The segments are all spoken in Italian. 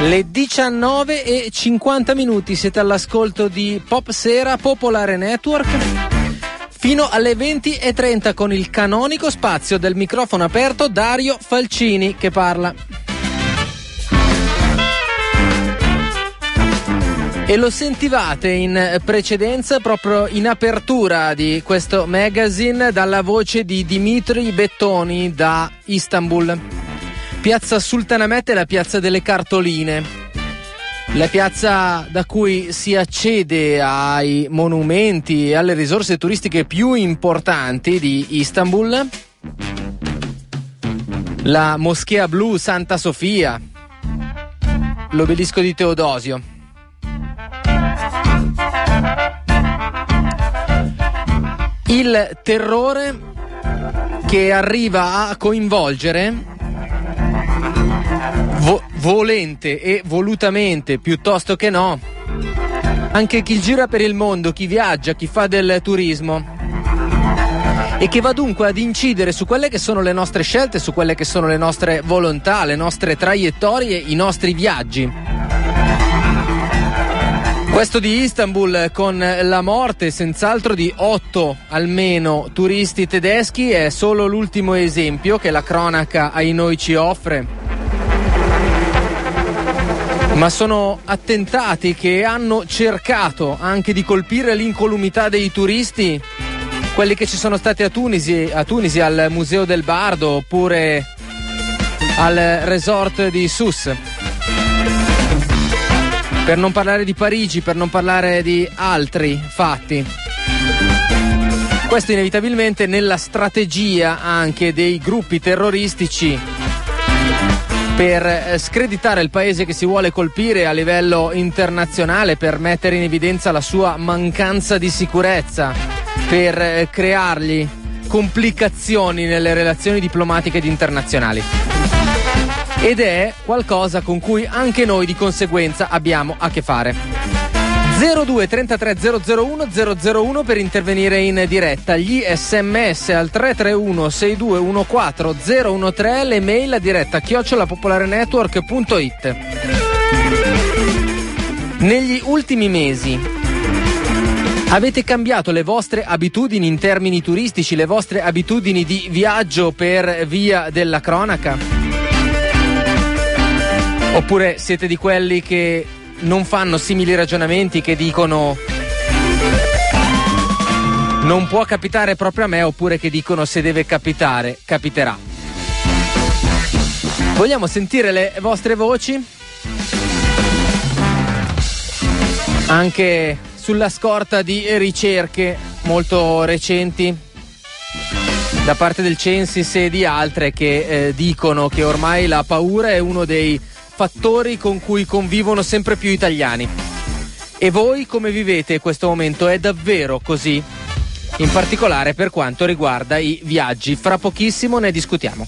Le 19:50 siete all'ascolto di Pop Sera Popolare Network fino alle 20:30 con il canonico spazio del microfono aperto Dario Falcini che parla. E lo sentivate in precedenza, proprio in apertura di questo magazine, dalla voce di Dimitri Bettoni da Istanbul. Piazza Sultanahmet è la piazza delle cartoline, la piazza da cui si accede ai monumenti e alle risorse turistiche più importanti di Istanbul, la moschea blu Santa Sofia, l'obelisco di Teodosio. Il terrore che arriva a coinvolgere volente e volutamente, piuttosto che no, anche chi gira per il mondo, chi viaggia, chi fa del turismo, e che va dunque ad incidere su quelle che sono le nostre scelte, su quelle che sono le nostre volontà, le nostre traiettorie, i nostri viaggi. Questo di Istanbul, con la morte senz'altro di 8 almeno turisti tedeschi, è solo l'ultimo esempio che la cronaca ai noi ci offre. Ma sono attentati che hanno cercato anche di colpire l'incolumità dei turisti, quelli che ci sono stati a Tunisi al Museo del Bardo, oppure al resort di Sousse. Per non parlare di Parigi, per non parlare di altri fatti. Questo inevitabilmente nella strategia anche dei gruppi terroristici per screditare il paese che si vuole colpire a livello internazionale, per mettere in evidenza la sua mancanza di sicurezza, per creargli complicazioni nelle relazioni diplomatiche ed internazionali. Ed è qualcosa con cui anche noi di conseguenza abbiamo a che fare. 02 33 001 001 per intervenire in diretta, gli sms al 331 6214 013, le mail a diretta @popolarenetwork.it. Negli ultimi mesi avete cambiato le vostre abitudini in termini turistici, le vostre abitudini di viaggio per via della cronaca? Oppure siete di quelli che non fanno simili ragionamenti, che dicono non può capitare proprio a me, oppure che dicono se deve capitare, capiterà? Vogliamo sentire le vostre voci? Anche sulla scorta di ricerche molto recenti da parte del Censis e di altre che dicono che ormai la paura è uno dei fattori con cui convivono sempre più italiani. E voi come vivete questo momento? È davvero così? In particolare per quanto riguarda i viaggi. Fra pochissimo ne discutiamo.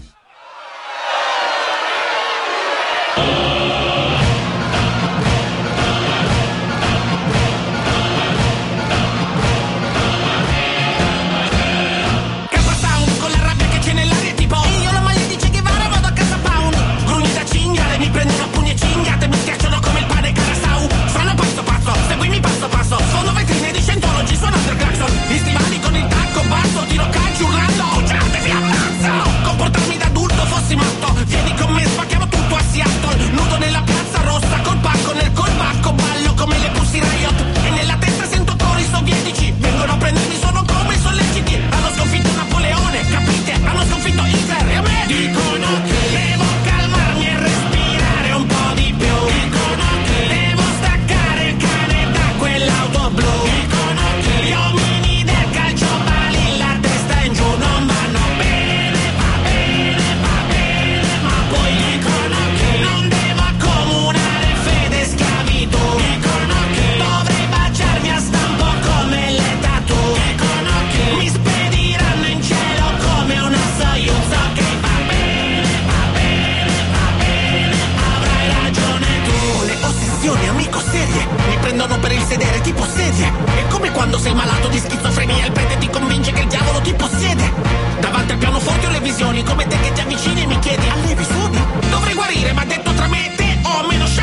Quando sei malato di schizofrenia il prete ti convince che il diavolo ti possiede. Davanti al pianoforte ho le visioni, come te che ti avvicini e mi chiedi: allievi suoni? Dovrei guarire, ma detto tra me e te ho meno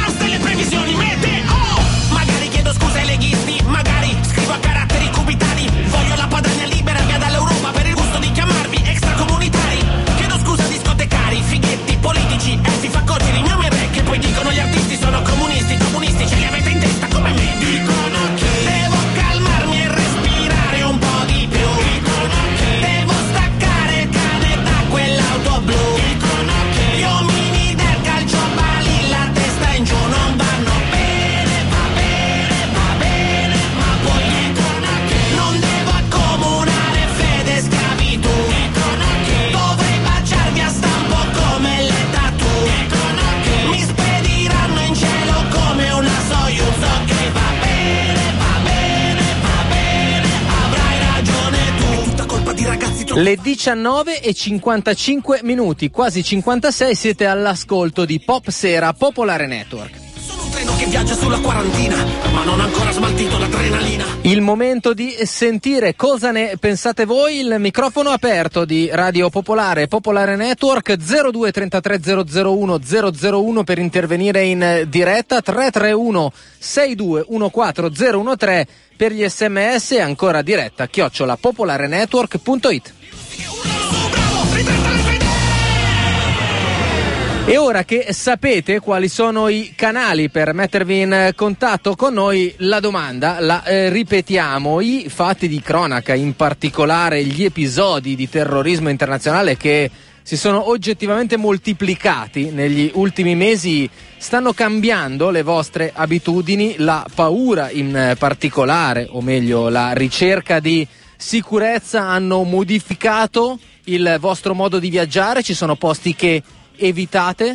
Le 19:55, quasi 56, siete all'ascolto di Pop Sera Popolare Network. Sono un treno che viaggia sulla quarantina, ma non ha ancora smaltito l'adrenalina. Il momento di sentire cosa ne pensate voi. Il microfono aperto di Radio Popolare Popolare Network, 02 33 001 001 per intervenire in diretta, 331 62 14013 per gli SMS, e ancora diretta @popolarenetwork.it. E ora che sapete quali sono i canali per mettervi in contatto con noi, la domanda la ripetiamo. I fatti di cronaca, in particolare gli episodi di terrorismo internazionale che si sono oggettivamente moltiplicati negli ultimi mesi, stanno cambiando le vostre abitudini? La paura in particolare, o meglio la ricerca di sicurezza, hanno modificato il vostro modo di viaggiare? Ci sono posti che evitate?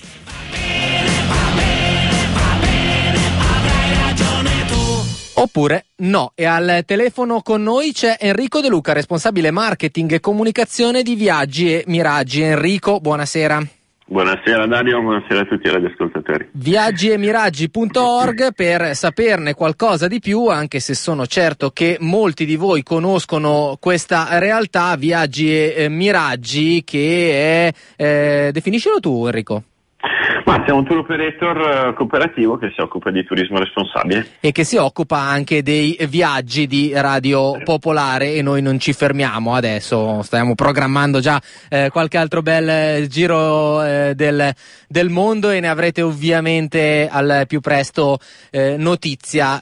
Oppure no? E al telefono con noi c'è Enrico De Luca, responsabile marketing e comunicazione di Viaggi e Miraggi. Enrico, buonasera. Buonasera Dario, buonasera a tutti i radioascoltatori. Viaggiemiraggi.org per saperne qualcosa di più, anche se sono certo che molti di voi conoscono questa realtà. Viaggi e Miraggi, che è definiscilo tu, Enrico. Ma siamo un tour operator cooperativo che si occupa di turismo responsabile. E che si occupa anche dei viaggi di Radio Popolare, e noi non ci fermiamo adesso, stiamo programmando già qualche altro bel giro del mondo, e ne avrete ovviamente al più presto notizia.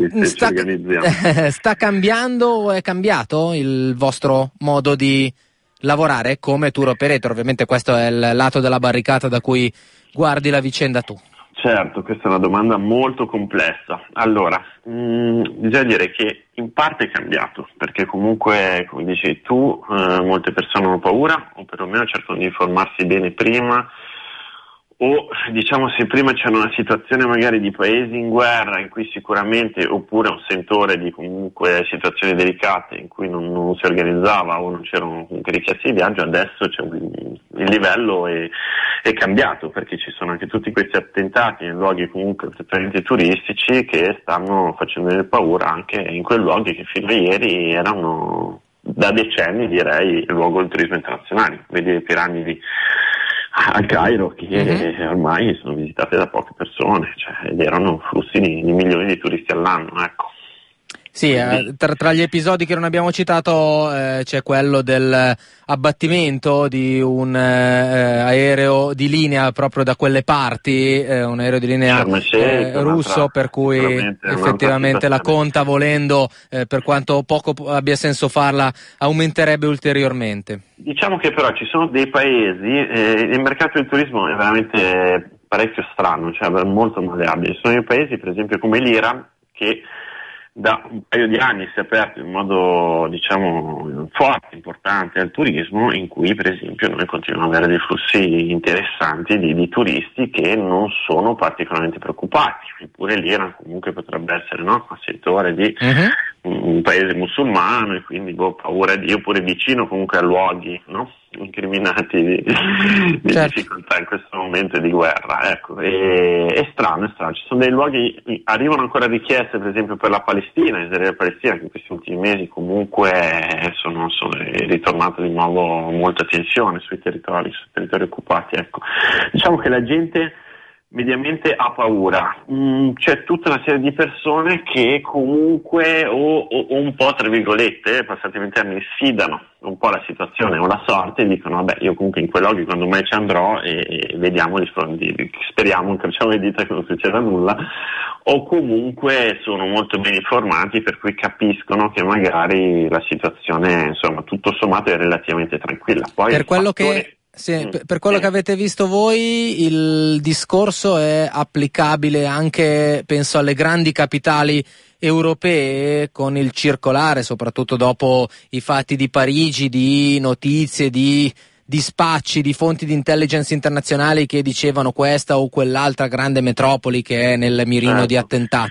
Sta cambiando o è cambiato il vostro modo di lavorare come tour operator? Ovviamente questo è il lato della barricata da cui guardi la vicenda tu. Certo, questa è una domanda molto complessa. Allora, bisogna dire che in parte è cambiato, perché comunque, come dicevi tu, molte persone hanno paura, o perlomeno cercano di informarsi bene prima, o diciamo se prima c'era una situazione magari di paesi in guerra in cui sicuramente, oppure un sentore di comunque situazioni delicate in cui non si organizzava o non c'erano comunque richieste di viaggio, adesso il livello è cambiato, perché ci sono anche tutti questi attentati in luoghi comunque prettamente turistici che stanno facendo venire paura anche in quei luoghi che fino a ieri erano da decenni, direi, il luogo del turismo internazionale. Vedi le piramidi al Cairo che ormai sono visitate da poche persone, ed erano flussi di milioni di turisti all'anno, ecco. Sì, tra gli episodi che non abbiamo citato c'è quello del abbattimento di un aereo di linea proprio da quelle parti, un aereo di linea russo, per cui effettivamente la conta, volendo, per quanto poco abbia senso farla, aumenterebbe ulteriormente. Diciamo che però ci sono dei paesi, il mercato del turismo è veramente parecchio strano, molto malleabile. Ci sono dei paesi, per esempio come l'Iran, che da un paio di anni si è aperto in modo, diciamo, forte, importante al turismo, in cui per esempio noi continuiamo ad avere dei flussi interessanti di turisti che non sono particolarmente preoccupati. Eppure l'Iran comunque potrebbe essere, no, un settore di un paese musulmano, e quindi paura di, oppure vicino comunque a luoghi, no, incriminati di certo, difficoltà in questo momento di guerra, ecco. È strano, ci sono dei luoghi, arrivano ancora richieste per esempio per la Palestina, Israele e Palestina, che in questi ultimi mesi comunque sono ritornata di nuovo molta tensione sui territori occupati, ecco. Diciamo che la gente mediamente ha paura, c'è tutta una serie di persone che comunque o un po', tra virgolette, passatemi in termini, sfidano un po' la situazione o la sorte, e dicono vabbè, io comunque in quei luoghi quando mai ci andrò e vediamo, speriamo, incrociamo le dita che non succeda nulla, o comunque sono molto ben informati, per cui capiscono che magari la situazione, insomma, tutto sommato è relativamente tranquilla. Poi per quello che per quello che avete visto voi, il discorso è applicabile anche, penso, alle grandi capitali europee, con il circolare, soprattutto dopo i fatti di Parigi, di notizie, di dispacci di fonti di intelligence internazionali che dicevano questa o quell'altra grande metropoli che è nel mirino di attentati?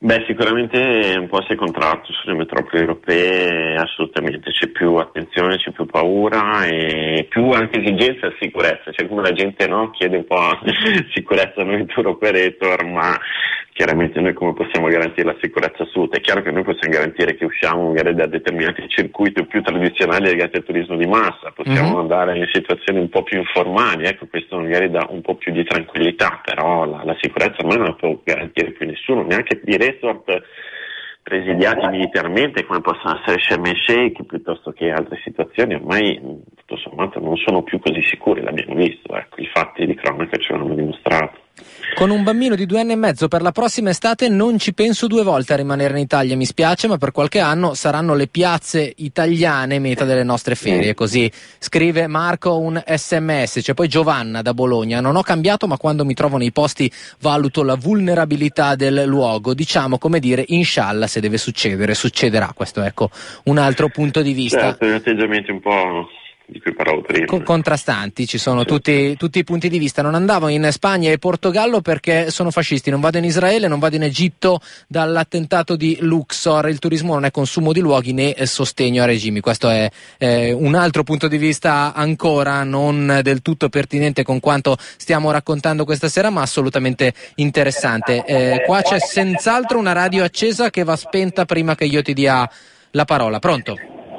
Beh, sicuramente un po' si è contratto sulle metropoli europee, assolutamente, c'è più attenzione, c'è più paura e più anche esigenza di sicurezza, cioè come la gente chiede un po' sicurezza a noi tour operator, ma chiaramente noi come possiamo garantire la sicurezza assoluta? È chiaro che noi possiamo garantire che usciamo magari da determinati circuiti più tradizionali legati al turismo di massa, possiamo andare in situazioni un po' più informali, ecco, questo magari dà un po' più di tranquillità, però la sicurezza ormai non la può garantire più nessuno, neanche i resort presidiati militarmente come possono essere Sharm el Sheikh piuttosto che altre situazioni ormai tutto sommato non sono più così sicuri, l'abbiamo visto, ecco, i fatti di cronaca ce l'hanno dimostrato. Con un bambino di 2 anni e mezzo per la prossima estate non ci penso 2 volte a rimanere in Italia, mi spiace, ma per qualche anno saranno le piazze italiane meta delle nostre ferie, così scrive Marco un SMS. C'è poi Giovanna da Bologna: non ho cambiato, ma quando mi trovo nei posti valuto la vulnerabilità del luogo, diciamo, come dire, inshallah, se deve succedere succederà. Questo, ecco, un altro punto di vista. Certo, gli atteggiamenti un po' di cui parlavo prima. Contrastanti, ci sono tutti i punti di vista. Non andavo in Spagna e Portogallo perché sono fascisti, non vado in Israele, non vado in Egitto dall'attentato di Luxor. Il turismo non è consumo di luoghi né sostegno a regimi. Questo è un altro punto di vista ancora non del tutto pertinente con quanto stiamo raccontando questa sera, ma assolutamente interessante. Qua c'è senz'altro una radio accesa che va spenta prima che io ti dia la parola. Pronto?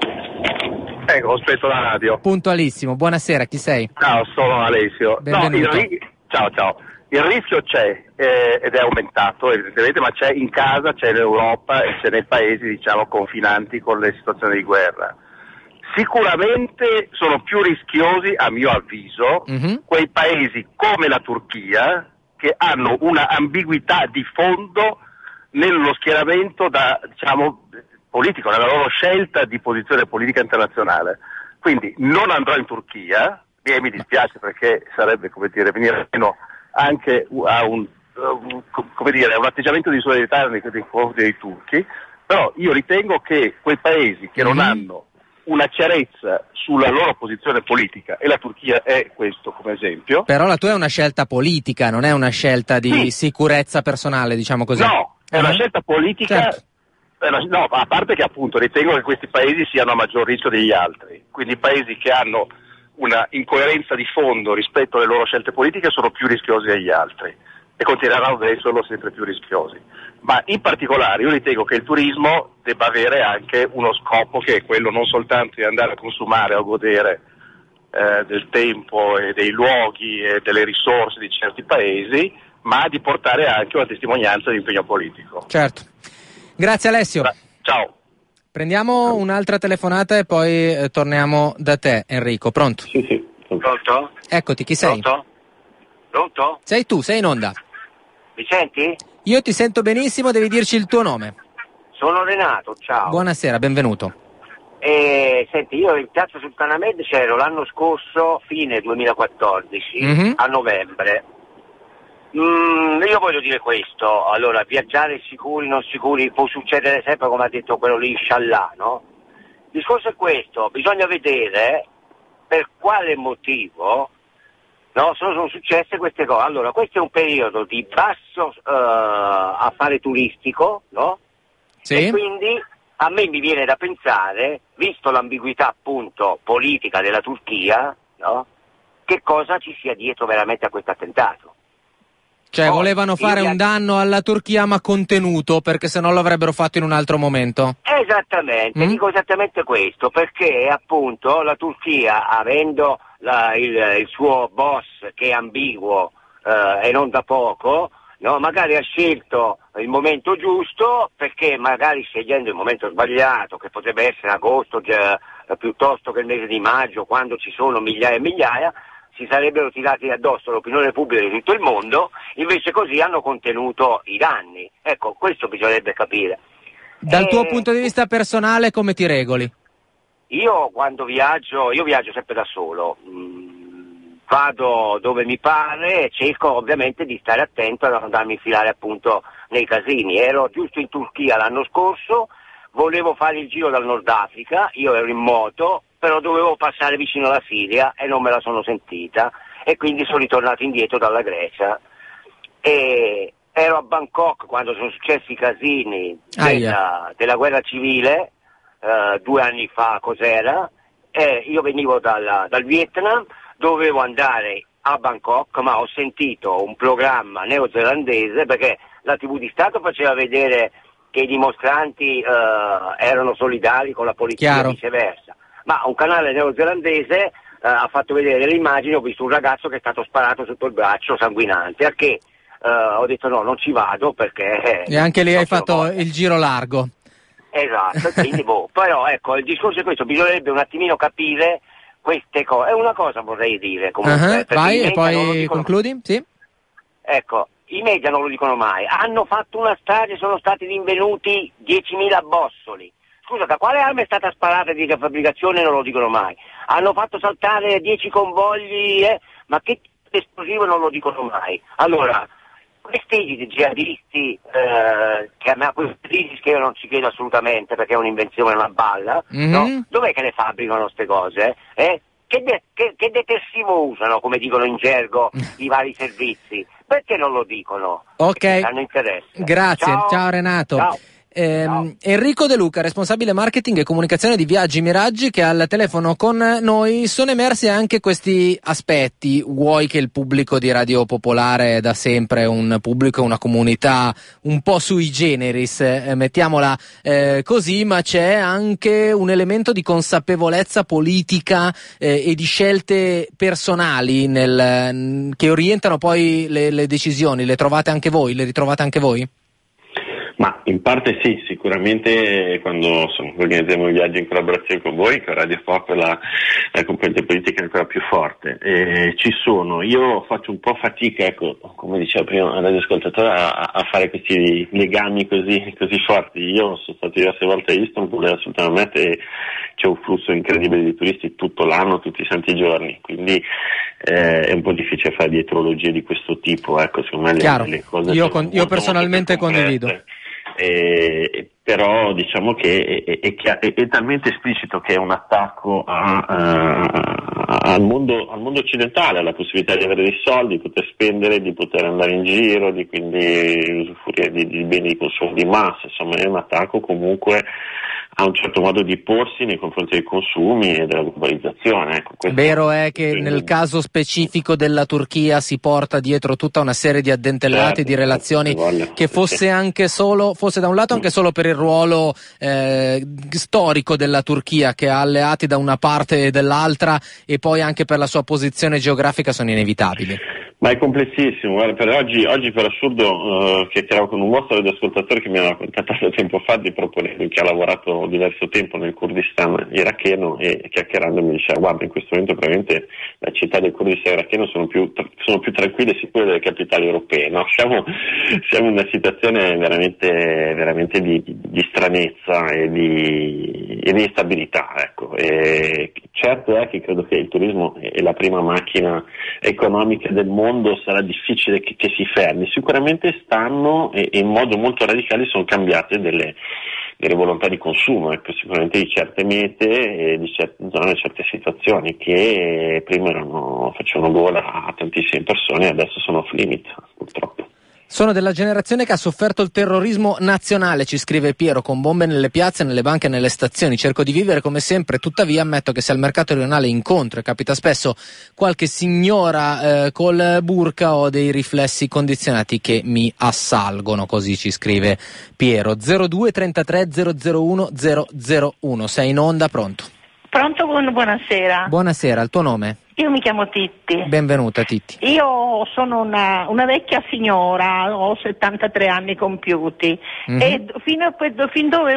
Ecco, ho spento la radio. Puntualissimo, buonasera, chi sei? Ciao, sono Alessio. Benvenuto. Ciao. Il rischio c'è ed è aumentato evidentemente, ma c'è in casa, c'è in Europa e c'è nei paesi, diciamo, confinanti con le situazioni di guerra. Sicuramente sono più rischiosi, a mio avviso, quei paesi come la Turchia, che hanno una ambiguità di fondo nello schieramento politico, nella loro scelta di posizione politica internazionale. Quindi non andrò in Turchia, e mi dispiace perché sarebbe, come dire, venire meno anche a un atteggiamento di solidarietà nei confronti dei turchi, però io ritengo che quei paesi che non hanno una chiarezza sulla loro posizione politica, e la Turchia è questo come esempio. Però la tua è una scelta politica, non è una scelta di sicurezza personale, diciamo così. No, è una scelta politica. Certo. No, a parte che appunto ritengo che questi paesi siano a maggior rischio degli altri, quindi paesi che hanno una incoerenza di fondo rispetto alle loro scelte politiche sono più rischiosi degli altri e continueranno ad esserlo sempre più rischiosi. Ma in particolare io ritengo che il turismo debba avere anche uno scopo, che è quello non soltanto di andare a consumare o a godere del tempo e dei luoghi e delle risorse di certi paesi, ma di portare anche una testimonianza di impegno politico. Certo. Grazie Alessio. Ciao. Prendiamo un'altra telefonata e poi torniamo da te, Enrico. Pronto? Sì. Pronto? Eccoti, chi sei? Pronto? Sei tu, sei in onda. Mi senti? Io ti sento benissimo, devi dirci il tuo nome. Sono Renato, ciao. Buonasera, benvenuto. Senti, io in Piazza Sultanamed c'ero l'anno scorso, fine 2014, a novembre. Io voglio dire questo, allora, viaggiare sicuri, non sicuri, può succedere sempre, come ha detto quello lì, inshallah, no? Il discorso è questo, bisogna vedere per quale motivo, no, sono successe queste cose. Allora, questo è un periodo di basso affare turistico, no? Sì. E quindi a me mi viene da pensare, visto l'ambiguità appunto politica della Turchia, no? Che cosa ci sia dietro veramente a questo attentato. Cioè volevano fare un danno alla Turchia ma contenuto, perché se no l'avrebbero fatto in un altro momento. Esattamente, dico esattamente questo, perché appunto la Turchia, avendo il suo boss che è ambiguo e non da poco, no, magari ha scelto il momento giusto, perché magari scegliendo il momento sbagliato, che potrebbe essere agosto piuttosto che il mese di maggio, quando ci sono migliaia e migliaia, si sarebbero tirati addosso l'opinione pubblica di tutto il mondo, invece così hanno contenuto i danni. Ecco, questo bisognerebbe capire. Dal tuo punto di vista personale come ti regoli? Io quando viaggio sempre da solo, vado dove mi pare e cerco ovviamente di stare attento a non andarmi a infilare appunto nei casini. Ero giusto in Turchia l'anno scorso, volevo fare il giro dal Nord Africa, io ero in moto, però dovevo passare vicino alla Siria e non me la sono sentita e quindi sono ritornato indietro dalla Grecia. E ero ero a Bangkok quando sono successi i casini della guerra civile, 2 anni fa cos'era, e io venivo dal Vietnam, dovevo andare a Bangkok, ma ho sentito un programma neozelandese, perché la TV di Stato faceva vedere che i dimostranti erano solidari con la polizia e viceversa, ma un canale neozelandese ha fatto vedere le immagini, ho visto un ragazzo che è stato sparato sotto il braccio sanguinante, a che ho detto no, non ci vado perché... E anche lì hai fatto il giro largo. Esatto, quindi però ecco, il discorso è questo, bisognerebbe un attimino capire queste cose. E una cosa vorrei dire comunque. Vai e poi concludi? Sì. Ecco, i media non lo dicono mai, hanno fatto una strage, sono stati rinvenuti 10.000 bossoli. Scusa, da quale arma è stata sparata di che fabbricazione non lo dicono mai. Hanno fatto saltare 10 convogli, ma che esplosivo non lo dicono mai. Allora, questi jihadisti, che a me questi che io non ci credo assolutamente perché è un'invenzione, una balla, no? Dov'è che le fabbricano queste cose? Che detersivo usano, come dicono in gergo, i vari servizi? Perché non lo dicono? Ok, perché hanno interesse. Grazie, ciao Renato. Ciao. Enrico De Luca, responsabile marketing e comunicazione di Viaggi Miraggi, che è al telefono con noi. Sono emersi anche questi aspetti. Vuoi che il pubblico di Radio Popolare è da sempre un pubblico, una comunità un po' sui generis, mettiamola così, ma c'è anche un elemento di consapevolezza politica e di scelte personali che orientano poi le decisioni. Le trovate anche voi? Le ritrovate anche voi? Ma in parte sì, sicuramente quando organizziamo i viaggi in collaborazione con voi, con Radio Pop, la componente politica è ancora più forte. Ci sono, io faccio un po' fatica, ecco, come diceva prima il radioascoltatore, a fare questi legami così forti. Io sono stato diverse volte a Istanbul e assolutamente c'è un flusso incredibile di turisti tutto l'anno, tutti i santi giorni, quindi è un po' difficile fare dietrologie di questo tipo, ecco, secondo me le cose io personalmente condivido. Però diciamo che è talmente esplicito che è un attacco al mondo occidentale, alla possibilità di avere dei soldi, di poter spendere, di poter andare in giro, di quindi usufruire di beni di consumo di massa. Insomma, è un attacco comunque a un certo modo di porsi nei confronti dei consumi e della globalizzazione. Ecco, vero è che nel caso specifico della Turchia si porta dietro tutta una serie di addentellati, di relazioni che fosse da un lato anche solo per il ruolo storico della Turchia, che ha alleati da una parte e dall'altra, e poi anche per la sua posizione geografica, sono inevitabili. Ma è complessissimo, guarda, per oggi per assurdo chiacchieravo con un vostro radioascoltatore che mi aveva contattato tempo fa di proponere, che ha lavorato diverso tempo nel Kurdistan iracheno, e chiacchierando mi diceva guarda, in questo momento probabilmente le città del Kurdistan iracheno sono più tranquille e sicure delle capitali europee, no? Siamo in una situazione veramente di stranezza e di instabilità, ecco. E certo è che credo che il turismo è la prima macchina economica del mondo, sarà difficile che si fermi. Sicuramente stanno e in modo molto radicale sono cambiate delle volontà di consumo, ecco, sicuramente di certe mete e di certe zone, certe situazioni che prima facevano gola a tantissime persone e adesso sono off limit, purtroppo. Sono della generazione che ha sofferto il terrorismo nazionale, ci scrive Piero, con bombe nelle piazze, nelle banche e nelle stazioni. Cerco di vivere come sempre, tuttavia ammetto che se al mercato rionale incontro, e capita spesso, qualche signora col burka, ho dei riflessi condizionati che mi assalgono, così ci scrive Piero. 02 33 001 001, sei in onda, pronto? Pronto, buonasera. Buonasera, il tuo nome? Io mi chiamo Titti. Benvenuta Titti. Io sono una vecchia signora, ho 73 anni compiuti, e fin dove è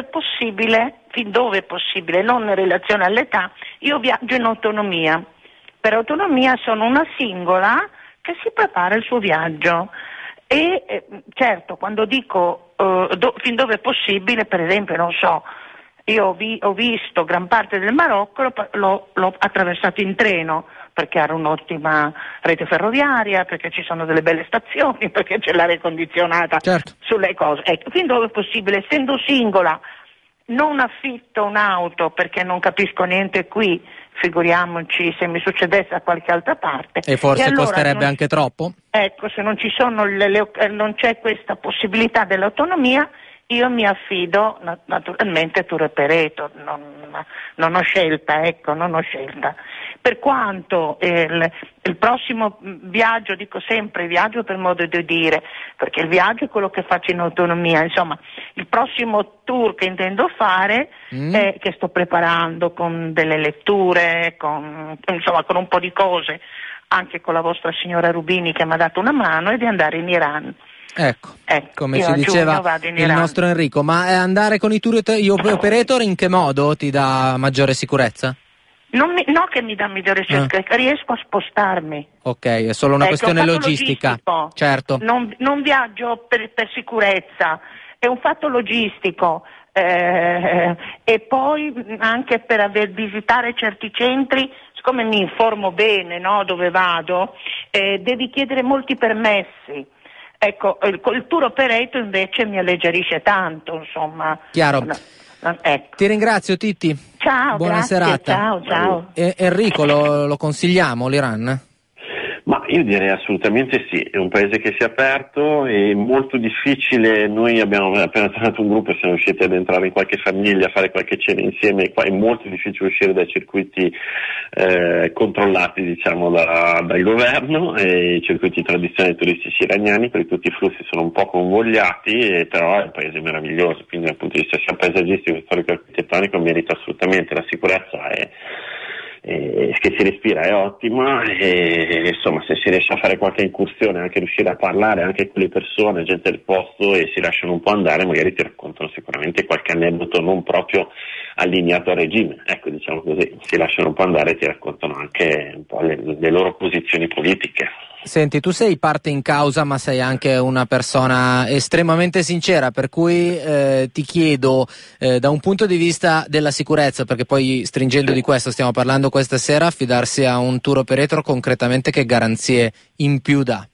possibile, non in relazione all'età, io viaggio in autonomia. Per autonomia sono una singola che si prepara il suo viaggio. E certo, quando dico fin dove è possibile, per esempio, non so, io ho visto gran parte del Marocco, l'ho attraversato in treno, perché ha un'ottima rete ferroviaria, perché ci sono delle belle stazioni, perché c'è l'aria condizionata, certo, sulle cose. Ecco, fin dove è possibile, essendo singola, non affitto un'auto perché non capisco niente qui, figuriamoci se mi succedesse a qualche altra parte. E forse allora costerebbe anche troppo? Ecco, se non ci sono non c'è questa possibilità dell'autonomia, io mi affido naturalmente tour operator, non ho scelta, ecco, non ho scelta. Per quanto il prossimo viaggio, dico sempre viaggio per modo di dire, perché il viaggio è quello che faccio in autonomia, insomma, il prossimo tour che intendo fare è che sto preparando con delle letture, con un po' di cose, anche con la vostra signora Rubini che mi ha dato una mano, e di andare in Iran. Ecco, come ci diceva il nostro Enrico, ma andare con i tour operator in che modo ti dà maggiore sicurezza? No, che mi dà migliore sicurezza, riesco a spostarmi. Ok, è solo una questione logistica. Certo. Non viaggio per sicurezza, è un fatto logistico. E poi anche per visitare certi centri, siccome mi informo bene, no, dove vado, devi chiedere molti permessi. Ecco, il tour operator invece mi alleggerisce tanto, insomma. Chiaro. Ecco. Ti ringrazio, Titti. Ciao, buona grazie, serata. Ciao. Enrico, lo consigliamo l'Iran? Ma io direi assolutamente sì, è un paese che si è aperto, è molto difficile, noi abbiamo appena tornato un gruppo e siamo riusciti ad entrare in qualche famiglia, a fare qualche cena insieme, qua è molto difficile uscire dai circuiti controllati diciamo dal governo, i circuiti tradizionali turistici iraniani, perché tutti i flussi sono un po' convogliati, però è un paese meraviglioso, quindi dal punto di vista sia paesaggistico che storico-architettonico merita assolutamente, la sicurezza che si respira è ottima, e insomma se si riesce a fare qualche incursione, anche riuscire a parlare anche con le persone, gente del posto, e si lasciano un po' andare, magari ti raccontano sicuramente qualche aneddoto non proprio allineato al regime, ecco, diciamo così, si lasciano un po' andare e ti raccontano anche un po' le loro posizioni politiche. Senti, tu sei parte in causa, ma sei anche una persona estremamente sincera, per cui ti chiedo da un punto di vista della sicurezza, perché poi stringendo di questo stiamo parlando questa sera, affidarsi a un tour operator concretamente che garanzie in più dà?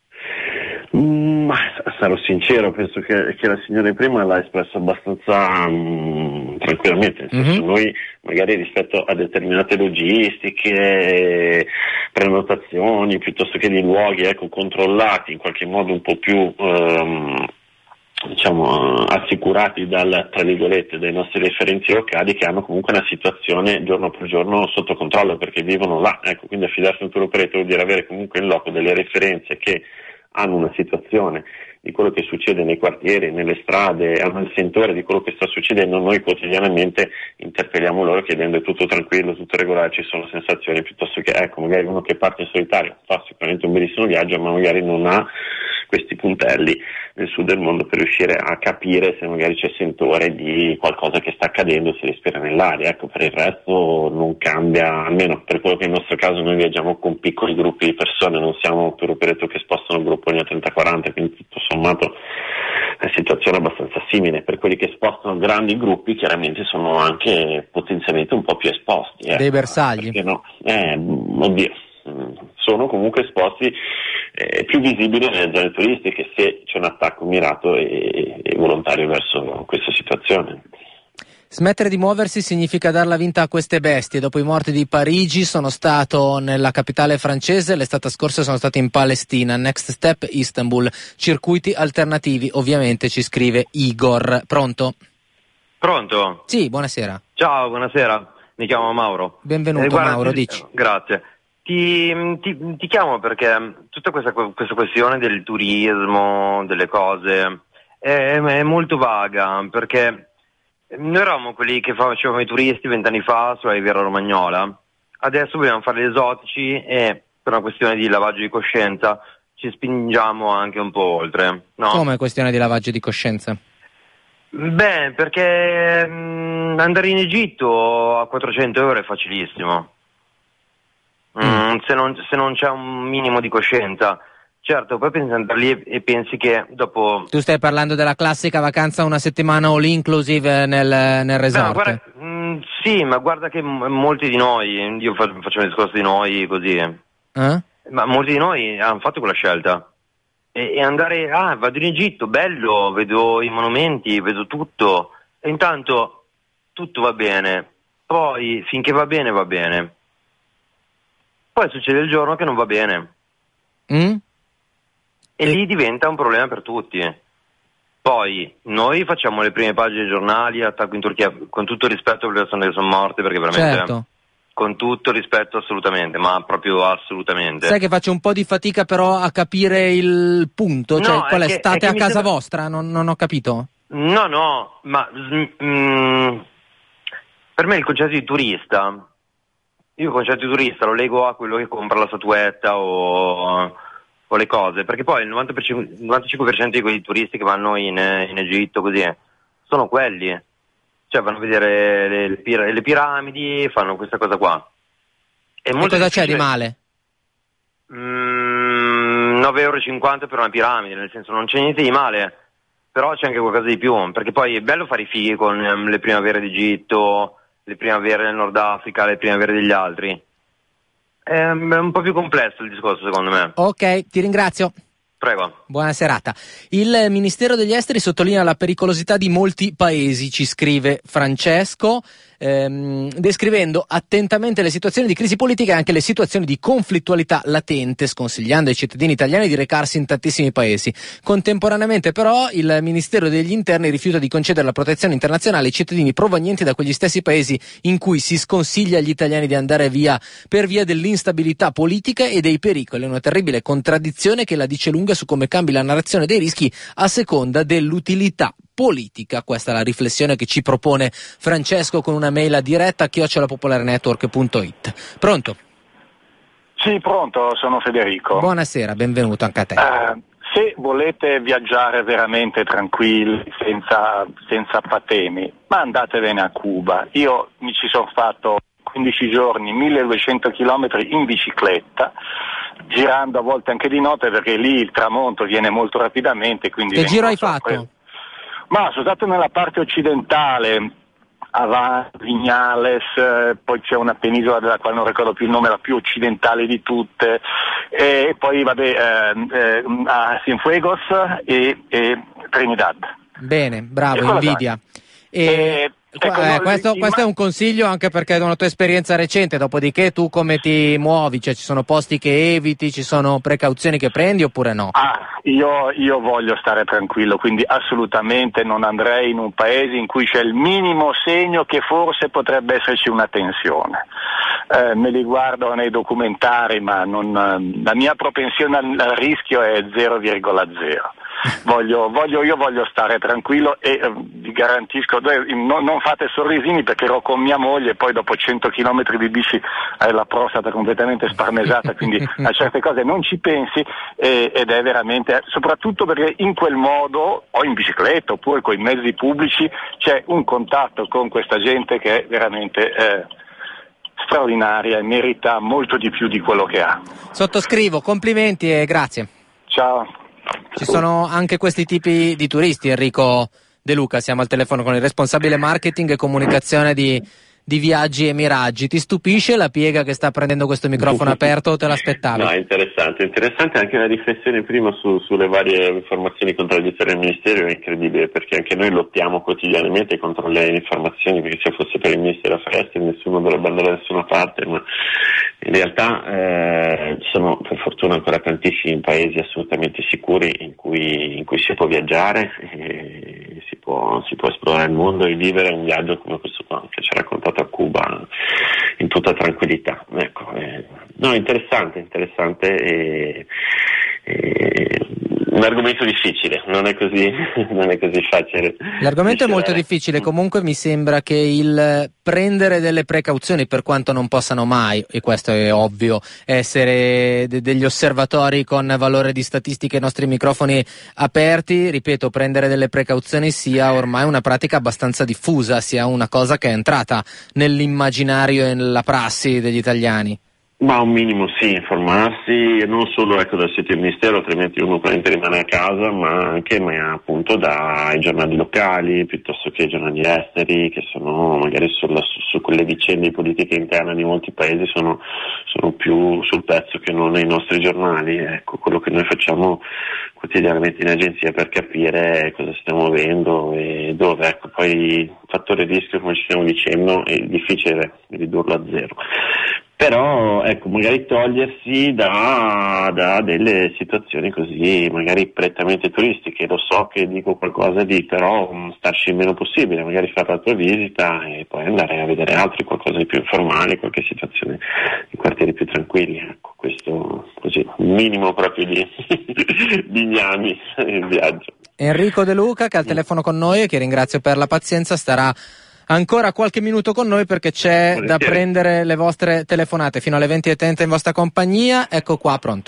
Ma sarò sincero, penso che la signora prima l'ha espresso abbastanza tranquillamente, nel senso, noi magari rispetto a determinate logistiche, prenotazioni, piuttosto che di luoghi controllati in qualche modo un po' più assicurati tra virgolette dai nostri referenti locali, che hanno comunque una situazione giorno per giorno sotto controllo perché vivono là, ecco, quindi affidarsi a un tour operator vuol dire avere comunque in loco delle referenze che hanno una situazione di quello che succede nei quartieri, nelle strade, hanno il sentore di quello che sta succedendo. Noi quotidianamente interpelliamo loro chiedendo: è tutto tranquillo, tutto regolare, ci sono sensazioni, piuttosto che magari uno che parte in solitario fa sicuramente un bellissimo viaggio, ma magari non ha questi puntelli nel sud del mondo per riuscire a capire se magari c'è sentore di qualcosa che sta accadendo, si respira nell'aria. Ecco, per il resto non cambia, almeno per quello che nel nostro caso noi viaggiamo con piccoli gruppi di persone, non siamo tour operator che spostano il gruppo a 30-40, quindi tutto sommato è una situazione abbastanza simile. Per quelli che spostano grandi gruppi chiaramente sono anche potenzialmente un po' più esposti. Dei bersagli. Perché no? Sono comunque esposti, più visibili nelle zone turistiche se c'è un attacco mirato e volontario verso questa situazione. Smettere di muoversi significa darla vinta a queste bestie. Dopo i morti di Parigi sono stato nella capitale francese, l'estate scorsa sono stato in Palestina. Next step Istanbul, circuiti alternativi, ovviamente, ci scrive Igor. Pronto? Pronto? Sì, buonasera. Ciao, buonasera, mi chiamo Mauro. Benvenuto. Guarda, Mauro, dici. Grazie. Ti chiamo perché tutta questa questione del turismo, delle cose, è molto vaga, perché noi eravamo quelli che facevamo i turisti 20 anni fa sulla Riviera Romagnola, adesso vogliamo fare gli esotici e per una questione di lavaggio di coscienza ci spingiamo anche un po' oltre, no? Come questione di lavaggio di coscienza? Beh, perché andare in Egitto a 400 euro è facilissimo. Se non c'è un minimo di coscienza, certo, poi pensi ad andare lì e pensi che dopo... Tu stai parlando della classica vacanza una settimana all inclusive nel resort? No, guarda, sì, ma guarda che molti di noi, io faccio un discorso di noi così, ma molti di noi hanno fatto quella scelta e andare, vado in Egitto, bello, vedo i monumenti, vedo tutto, e intanto tutto va bene. Poi finché va bene va bene, poi succede il giorno che non va bene e lì diventa un problema per tutti. Poi noi facciamo le prime pagine dei giornali, attacco in Turchia, con tutto il rispetto per le persone che sono morte, perché veramente certo. Con tutto il rispetto assolutamente, ma proprio assolutamente. Sai che faccio un po' di fatica però a capire il punto, cioè No, qual è? State a casa sembra... vostra? Non ho capito. No, ma per me il concetto di turista, io il concetto di turista lo lego a quello che compra la statuetta o le cose, perché poi il 95% di quei turisti che vanno in Egitto così sono quelli. Cioè vanno a vedere le piramidi, fanno questa cosa qua. E cosa c'è di male? 9,50 € per una piramide, nel senso non c'è niente di male, però c'è anche qualcosa di più, perché poi è bello fare i fighi con le primavere d'Egitto, le primavere del Nord Africa, le primavere degli altri. È un po' più complesso il discorso, secondo me. Ok, ti ringrazio. Prego. Buona serata. Il Ministero degli Esteri sottolinea la pericolosità di molti paesi, ci scrive Francesco, descrivendo attentamente le situazioni di crisi politica e anche le situazioni di conflittualità latente, sconsigliando ai cittadini italiani di recarsi in tantissimi paesi. Contemporaneamente però il Ministero degli Interni rifiuta di concedere la protezione internazionale ai cittadini provenienti da quegli stessi paesi in cui si sconsiglia agli italiani di andare via per via dell'instabilità politica e dei pericoli. È una terribile contraddizione che la dice lunga su come cambi la narrazione dei rischi a seconda dell'utilità politica. Questa è la riflessione che ci propone Francesco con una mail a diretta @popolarenetwork.it. Pronto? Sì, pronto, sono Federico. Buonasera, benvenuto anche a te. Se volete viaggiare veramente tranquilli, senza patemi, ma andatevene a Cuba. Io mi ci sono fatto 15 giorni, 1200 chilometri in bicicletta, girando a volte anche di notte perché lì il tramonto viene molto rapidamente. Quindi che giro hai fatto? Ma sono stato nella parte occidentale, Viñales, poi c'è una penisola della quale non ricordo più il nome, la più occidentale di tutte, e poi a Cienfuegos e Trinidad. Bene, bravo, invidia. Questo è un consiglio anche perché è una tua esperienza recente, dopodiché tu come ti muovi? Cioè ci sono posti che eviti, ci sono precauzioni che prendi oppure no? Io voglio stare tranquillo, quindi assolutamente non andrei in un paese in cui c'è il minimo segno che forse potrebbe esserci una tensione. Me li guardo nei documentari, ma la mia propensione al rischio è 0,0. Io voglio stare tranquillo e vi garantisco, non fate sorrisini perché ero con mia moglie e poi dopo 100 chilometri di bici hai la prostata completamente sparmesata, quindi a certe cose non ci pensi ed è veramente, soprattutto perché in quel modo o in bicicletta oppure con i mezzi pubblici c'è un contatto con questa gente che è veramente straordinaria e merita molto di più di quello che ha. Sottoscrivo, complimenti e grazie. Ciao. Ci sono anche questi tipi di turisti, Enrico De Luca, siamo al telefono con il responsabile marketing e comunicazione di Viaggi e Miraggi. Ti stupisce la piega che sta prendendo questo microfono aperto o te l'aspettavi? No, è interessante anche la riflessione prima sulle varie informazioni contraddittorie del Ministero, è incredibile perché anche noi lottiamo quotidianamente contro le informazioni, perché se fosse per il Ministero Affari nessuno dovrebbe andare da nessuna parte, ma in realtà ci sono per fortuna ancora tantissimi paesi assolutamente sicuri in cui si può viaggiare e si può esplorare il mondo e vivere un viaggio come questo qua che ci ha raccontato a Cuba in tutta tranquillità. Ecco, no, interessante e un argomento difficile, non è così facile. L'argomento è molto difficile, comunque mi sembra che il prendere delle precauzioni, per quanto non possano mai, e questo è ovvio, essere degli osservatori con valore di statistiche ai nostri microfoni aperti, ripeto, prendere delle precauzioni sia ormai una pratica abbastanza diffusa, sia una cosa che è entrata nell'immaginario e nella prassi degli italiani. Ma un minimo sì, informarsi non solo dal sito del Ministero, altrimenti uno probabilmente rimane a casa, ma anche appunto dai giornali locali piuttosto che ai giornali esteri, che sono magari su quelle vicende di politica interna di molti paesi sono più sul pezzo che non nei nostri giornali. Ecco, quello che noi facciamo quotidianamente in agenzia per capire cosa stiamo muovendo e dove. Ecco, poi il fattore rischio, come ci stiamo dicendo, è difficile ridurlo a zero. Però ecco, magari togliersi da delle situazioni così magari prettamente turistiche. Lo so che dico qualcosa di, però starci il meno possibile, magari fare la tua visita e poi andare a vedere altri, qualcosa di più informale, qualche situazione in quartieri più tranquilli. Ecco, questo così, un minimo proprio di gnami in viaggio. Enrico De Luca, che è al telefono con noi e che ringrazio per la pazienza, starà ancora qualche minuto con noi perché c'è da prendere le vostre telefonate fino alle 20:30 in vostra compagnia. Ecco qua, pronto.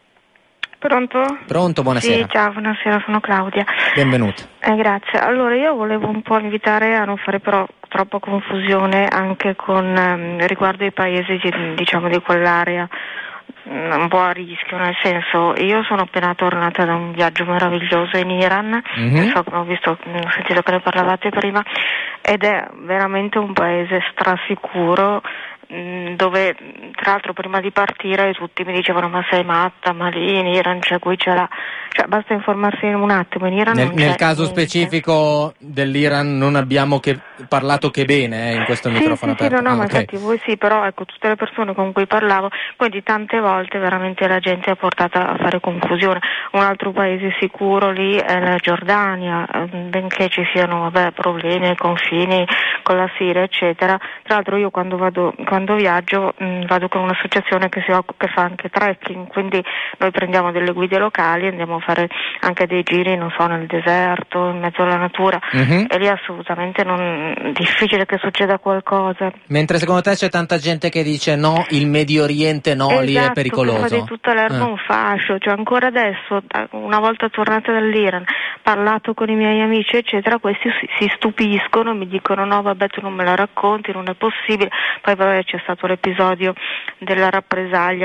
Pronto, buonasera. Sì, ciao, buonasera, sono Claudia. Benvenuta. Grazie. Allora, io volevo un po' invitare a non fare però troppa confusione anche con riguardo ai paesi, diciamo, di quell'area un po' a rischio, nel senso, io sono appena tornata da un viaggio meraviglioso in Iran, ho sentito che ne parlavate prima, ed è veramente un paese strasicuro, dove tra l'altro prima di partire tutti mi dicevano: ma sei matta, ma lì in Iran c'è qui, c'è là, cioè basta informarsi in un attimo. In Iran nel caso specifico dell'Iran non abbiamo parlato che bene in questo microfono aperto. Sì, no, ma infatti voi sì, però ecco, tutte le persone con cui parlavo, quindi tante volte veramente la gente è portata a fare confusione. Un altro paese sicuro lì è la Giordania, benché ci siano problemi ai confini con la Siria eccetera. Tra l'altro io quando viaggio vado con un'associazione che fa anche trekking, quindi noi prendiamo delle guide locali e andiamo a fare anche dei giri, non so, nel deserto, in mezzo alla natura, e lì assolutamente difficile che succeda qualcosa. Mentre secondo te c'è tanta gente che dice no, il Medio Oriente no, esatto, lì è pericoloso. Che fa di tutta l'erba un fascio, cioè ancora adesso, una volta tornata dall'Iran, parlato con i miei amici eccetera, questi si stupiscono, mi dicono: no vabbè, tu non me la racconti, non è possibile. Poi vabbè, c'è stato l'episodio della rappresaglia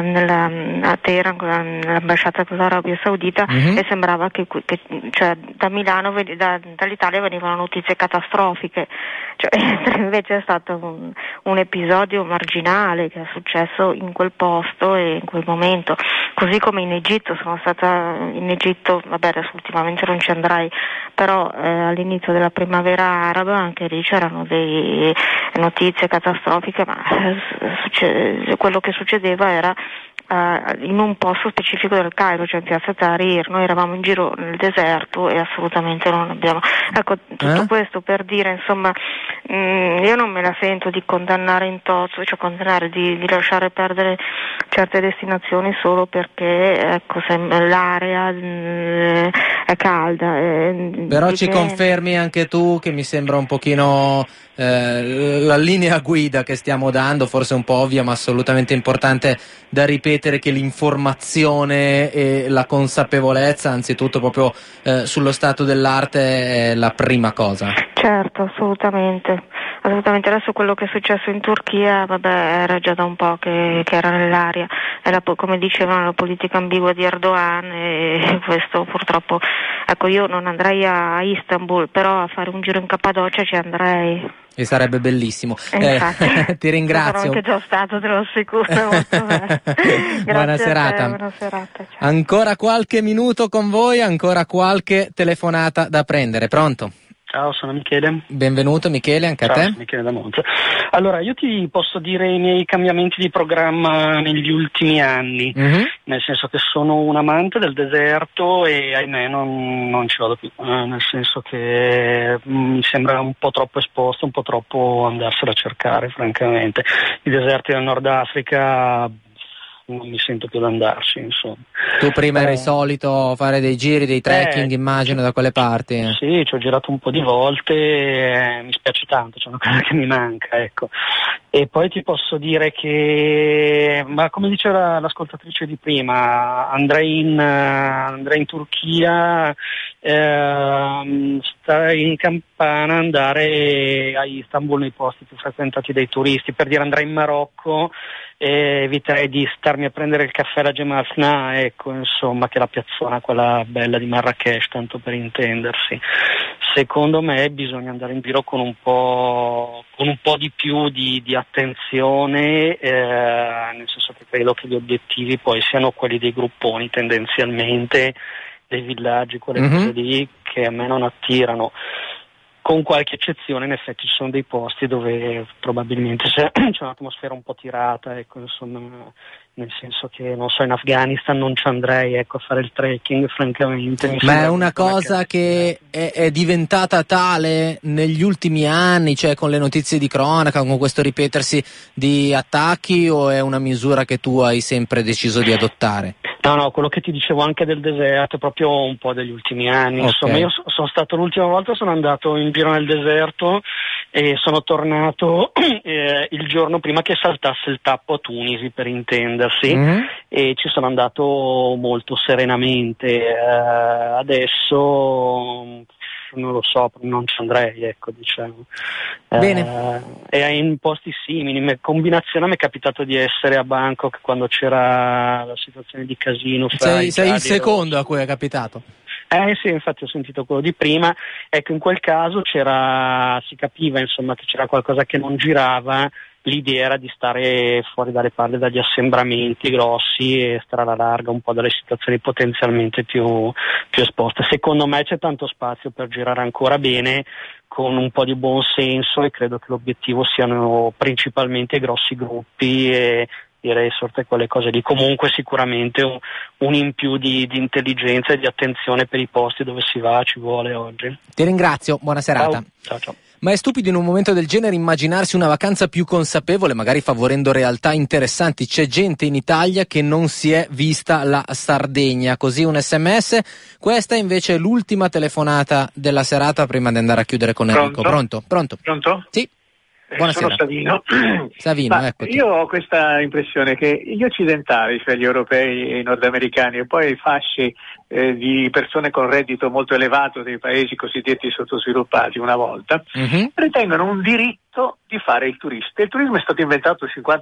a Teheran con l'ambasciata dell'Arabia Saudita, e sembrava che cioè, da Milano, dall'Italia venivano notizie catastrofiche, cioè, invece è stato un episodio marginale che è successo in quel posto e in quel momento. Così come in Egitto, sono stata in Egitto, vabbè adesso ultimamente non ci andrai, però all'inizio della primavera araba anche lì c'erano delle notizie catastrofiche, ma quello che succedeva era in un posto specifico del Cairo, cioè in piazza Tahrir. Noi eravamo in giro nel deserto e assolutamente non abbiamo, ecco, tutto questo per dire, insomma, io non me la sento di condannare in tozzo, cioè condannare di lasciare perdere certe destinazioni solo perché, ecco, l'area è calda. Però ci confermi anche tu che mi sembra un pochino la linea guida che stiamo dando, forse un po' ovvia ma assolutamente importante da ripetere, che l'informazione e la consapevolezza, anzitutto proprio sullo stato dell'arte, è la prima cosa. Certo, assolutamente. Adesso quello che è successo in Turchia, vabbè, era già da un po' che era nell'aria, era come dicevano la politica ambigua di Erdogan, e questo purtroppo, ecco, io non andrei a Istanbul, però a fare un giro in Cappadocia ci andrei. E sarebbe bellissimo. Ti ringrazio. Sono anche già stato, te lo assicuro. Molto bene. Buona serata. Buona serata. Ciao. Ancora qualche minuto con voi, ancora qualche telefonata da prendere. Pronto? Ciao, sono Michele. Benvenuto Michele, anche Ciao, a te. Sono Michele da Monza. Allora, io ti posso dire i miei cambiamenti di programma negli ultimi anni, nel senso che sono un amante del deserto e ahimè non ci vado più, nel senso che mi sembra un po' troppo esposto, un po' troppo andarsela a cercare, francamente. I deserti del Nord Africa non mi sento più ad andarci, insomma. Tu prima eri solito fare dei giri, dei trekking, immagino, da quelle parti. Sì, ci ho girato un po' di volte, mi spiace tanto, c'è una cosa che mi manca, ecco. E poi ti posso dire che, ma come diceva l'ascoltatrice di prima, andrei in Turchia Stare in campana, andare a Istanbul nei posti più frequentati dai turisti. Per dire, andrei in Marocco e eviterei di starmi a prendere il caffè alla Gemalfna, ecco, insomma, che è la piazzona quella bella di Marrakesh, tanto per intendersi. Secondo me bisogna andare in giro con un po' di più di attenzione, nel senso che credo che gli obiettivi poi siano quelli dei grupponi tendenzialmente, dei villaggi, quelle cose lì che a me non attirano. Con qualche eccezione, in effetti ci sono dei posti dove probabilmente c'è un'atmosfera un po' tirata, ecco, insomma, nel senso che, non so, in Afghanistan non ci andrei, ecco, a fare il trekking, francamente. Ma è una cosa che è diventata tale negli ultimi anni, cioè con le notizie di cronaca, con questo ripetersi di attacchi, o è una misura che tu hai sempre deciso di adottare? No, quello che ti dicevo anche del deserto è proprio un po' degli ultimi anni. Okay. Insomma, io sono stato l'ultima volta, sono andato in giro nel deserto e sono tornato il giorno prima che saltasse il tappo a Tunisi, per intendersi, e ci sono andato molto serenamente. Adesso non lo so, non ci andrei, ecco, diciamo. Bene. E in posti simili, combinazione, mi è capitato di essere a Bangkok quando c'era la situazione di casino. Sei il secondo a cui è capitato? Sì, infatti ho sentito quello di prima. Ecco, in quel caso si capiva, insomma, che c'era qualcosa che non girava. L'idea era di stare fuori dalle palle, dagli assembramenti grossi, e stare alla larga un po' dalle situazioni potenzialmente più esposte. Secondo me c'è tanto spazio per girare ancora bene, con un po' di buon senso, e credo che l'obiettivo siano principalmente grossi gruppi e i resort e quelle cose lì. Comunque sicuramente un in più di intelligenza e di attenzione per i posti dove si va ci vuole oggi. Ti ringrazio, buona serata. Ciao. Ma è stupido in un momento del genere immaginarsi una vacanza più consapevole, magari favorendo realtà interessanti. C'è gente in Italia che non si è vista la Sardegna. Così un SMS. Questa invece è l'ultima telefonata della serata prima di andare a chiudere con Enrico. Pronto? Sì. Buonasera. Sono Savino, eccoti. Io ho questa impressione che gli occidentali, cioè gli europei e i nordamericani, e poi i fasci di persone con reddito molto elevato dei paesi cosiddetti sottosviluppati una volta, ritengono un diritto di fare il turista. Il turismo è stato inventato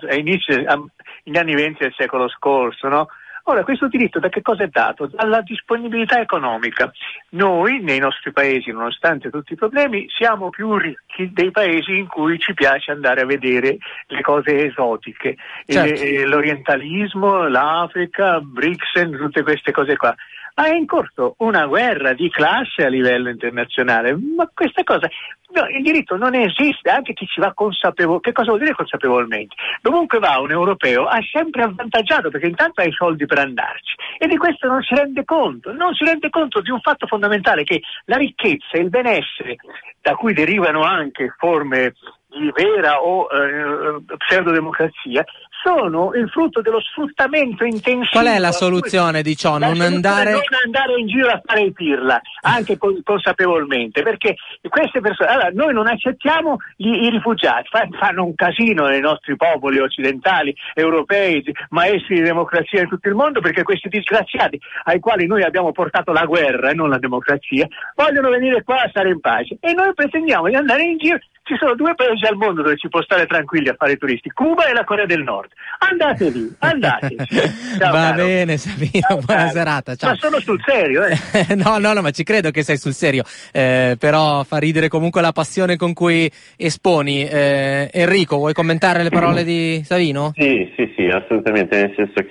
negli anni 20 del secolo scorso, no? Ora, questo diritto da che cosa è dato? Dalla disponibilità economica. Noi, nei nostri paesi, nonostante tutti i problemi, siamo più ricchi dei paesi in cui ci piace andare a vedere le cose esotiche. Certo. L'orientalismo, l'Africa, Brixen, tutte queste cose qua. Ma è in corso una guerra di classe a livello internazionale, ma questa cosa, no, il diritto non esiste, anche chi ci va consapevole. Che cosa vuol dire consapevolmente? Dovunque va un europeo è sempre avvantaggiato, perché intanto ha i soldi per andarci, e di questo non si rende conto di un fatto fondamentale, che la ricchezza e il benessere, da cui derivano anche forme di vera o pseudodemocrazia, sono il frutto dello sfruttamento intensivo. Qual è la soluzione di ciò? Non andare in giro a fare i pirla, anche consapevolmente, perché queste persone, allora, noi non accettiamo i rifugiati, fanno un casino nei nostri popoli occidentali, europei, maestri di democrazia in tutto il mondo, perché questi disgraziati, ai quali noi abbiamo portato la guerra e non la democrazia, vogliono venire qua a stare in pace, e noi pretendiamo di andare in giro. Ci sono due paesi al mondo dove ci può stare tranquilli a fare i turisti, Cuba e la Corea del Nord. Andate lì, andate. Ciao, va caro. Bene, Savino, buona serata. Ciao. Ma sono sul serio, No, ma ci credo che sei sul serio, però fa ridere comunque la passione con cui esponi. Enrico, vuoi commentare le parole di Savino? Sì, assolutamente, nel senso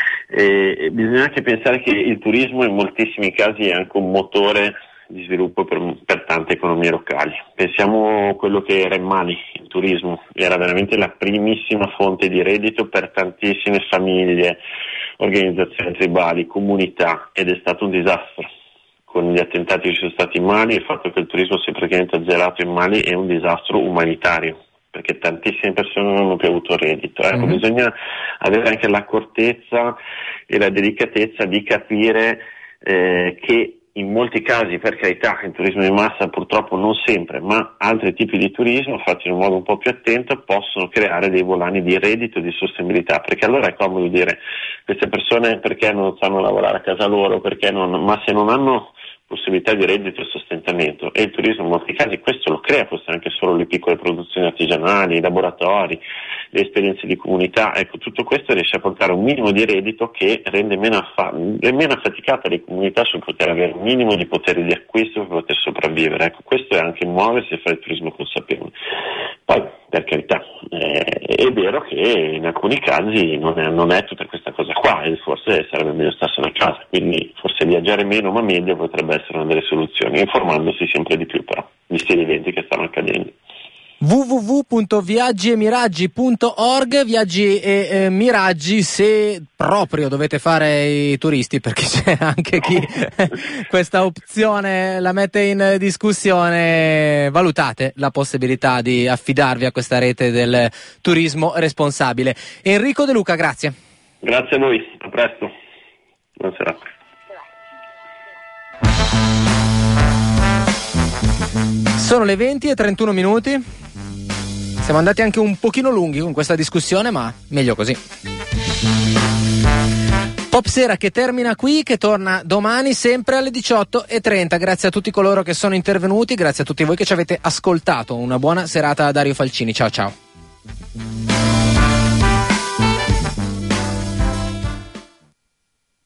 che bisogna anche pensare che il turismo in moltissimi casi è anche un motore di sviluppo per tante economie locali. Pensiamo a quello che era in Mali, il turismo era veramente la primissima fonte di reddito per tantissime famiglie, organizzazioni tribali, comunità, ed è stato un disastro. Con gli attentati che ci sono stati in Mali, il fatto che il turismo sia praticamente azzerato in Mali è un disastro umanitario, perché tantissime persone non hanno più avuto reddito. Bisogna avere anche l'accortezza e la delicatezza di capire che in molti casi, per carità, il turismo di massa purtroppo non sempre, ma altri tipi di turismo fatti in un modo un po' più attento possono creare dei volani di reddito e di sostenibilità, perché allora è comodo dire queste persone perché non sanno lavorare a casa loro, ma se non hanno possibilità di reddito e sostentamento, e il turismo in molti casi questo lo crea, forse anche solo le piccole produzioni artigianali, i laboratori, le esperienze di comunità, ecco, tutto questo riesce a portare un minimo di reddito che rende meno affaticata le comunità sul poter avere un minimo di potere di acquisto per poter sopravvivere. Ecco, questo è anche muoversi e fare il turismo consapevole. Poi, per carità, è vero che in alcuni casi non è tutta questa cosa qua, e forse sarebbe meglio starsene a casa, quindi forse viaggiare meno ma meglio potrebbe essere una delle soluzioni, informandosi sempre di più però, visti gli eventi che stanno accadendo. www.viaggimiraggi.org, viaggi e miraggi se proprio dovete fare i turisti, perché c'è anche chi questa opzione la mette in discussione. Valutate la possibilità di affidarvi a questa rete del turismo responsabile. Enrico De Luca, grazie. Grazie a voi, a presto, buonasera. Sono le 20:31. Siamo andati anche un pochino lunghi con questa discussione, ma meglio così. Pop Sera che termina qui, che torna domani sempre alle 18:30. Grazie a tutti coloro che sono intervenuti, grazie a tutti voi che ci avete ascoltato. Una buona serata a Dario Falcini. Ciao ciao.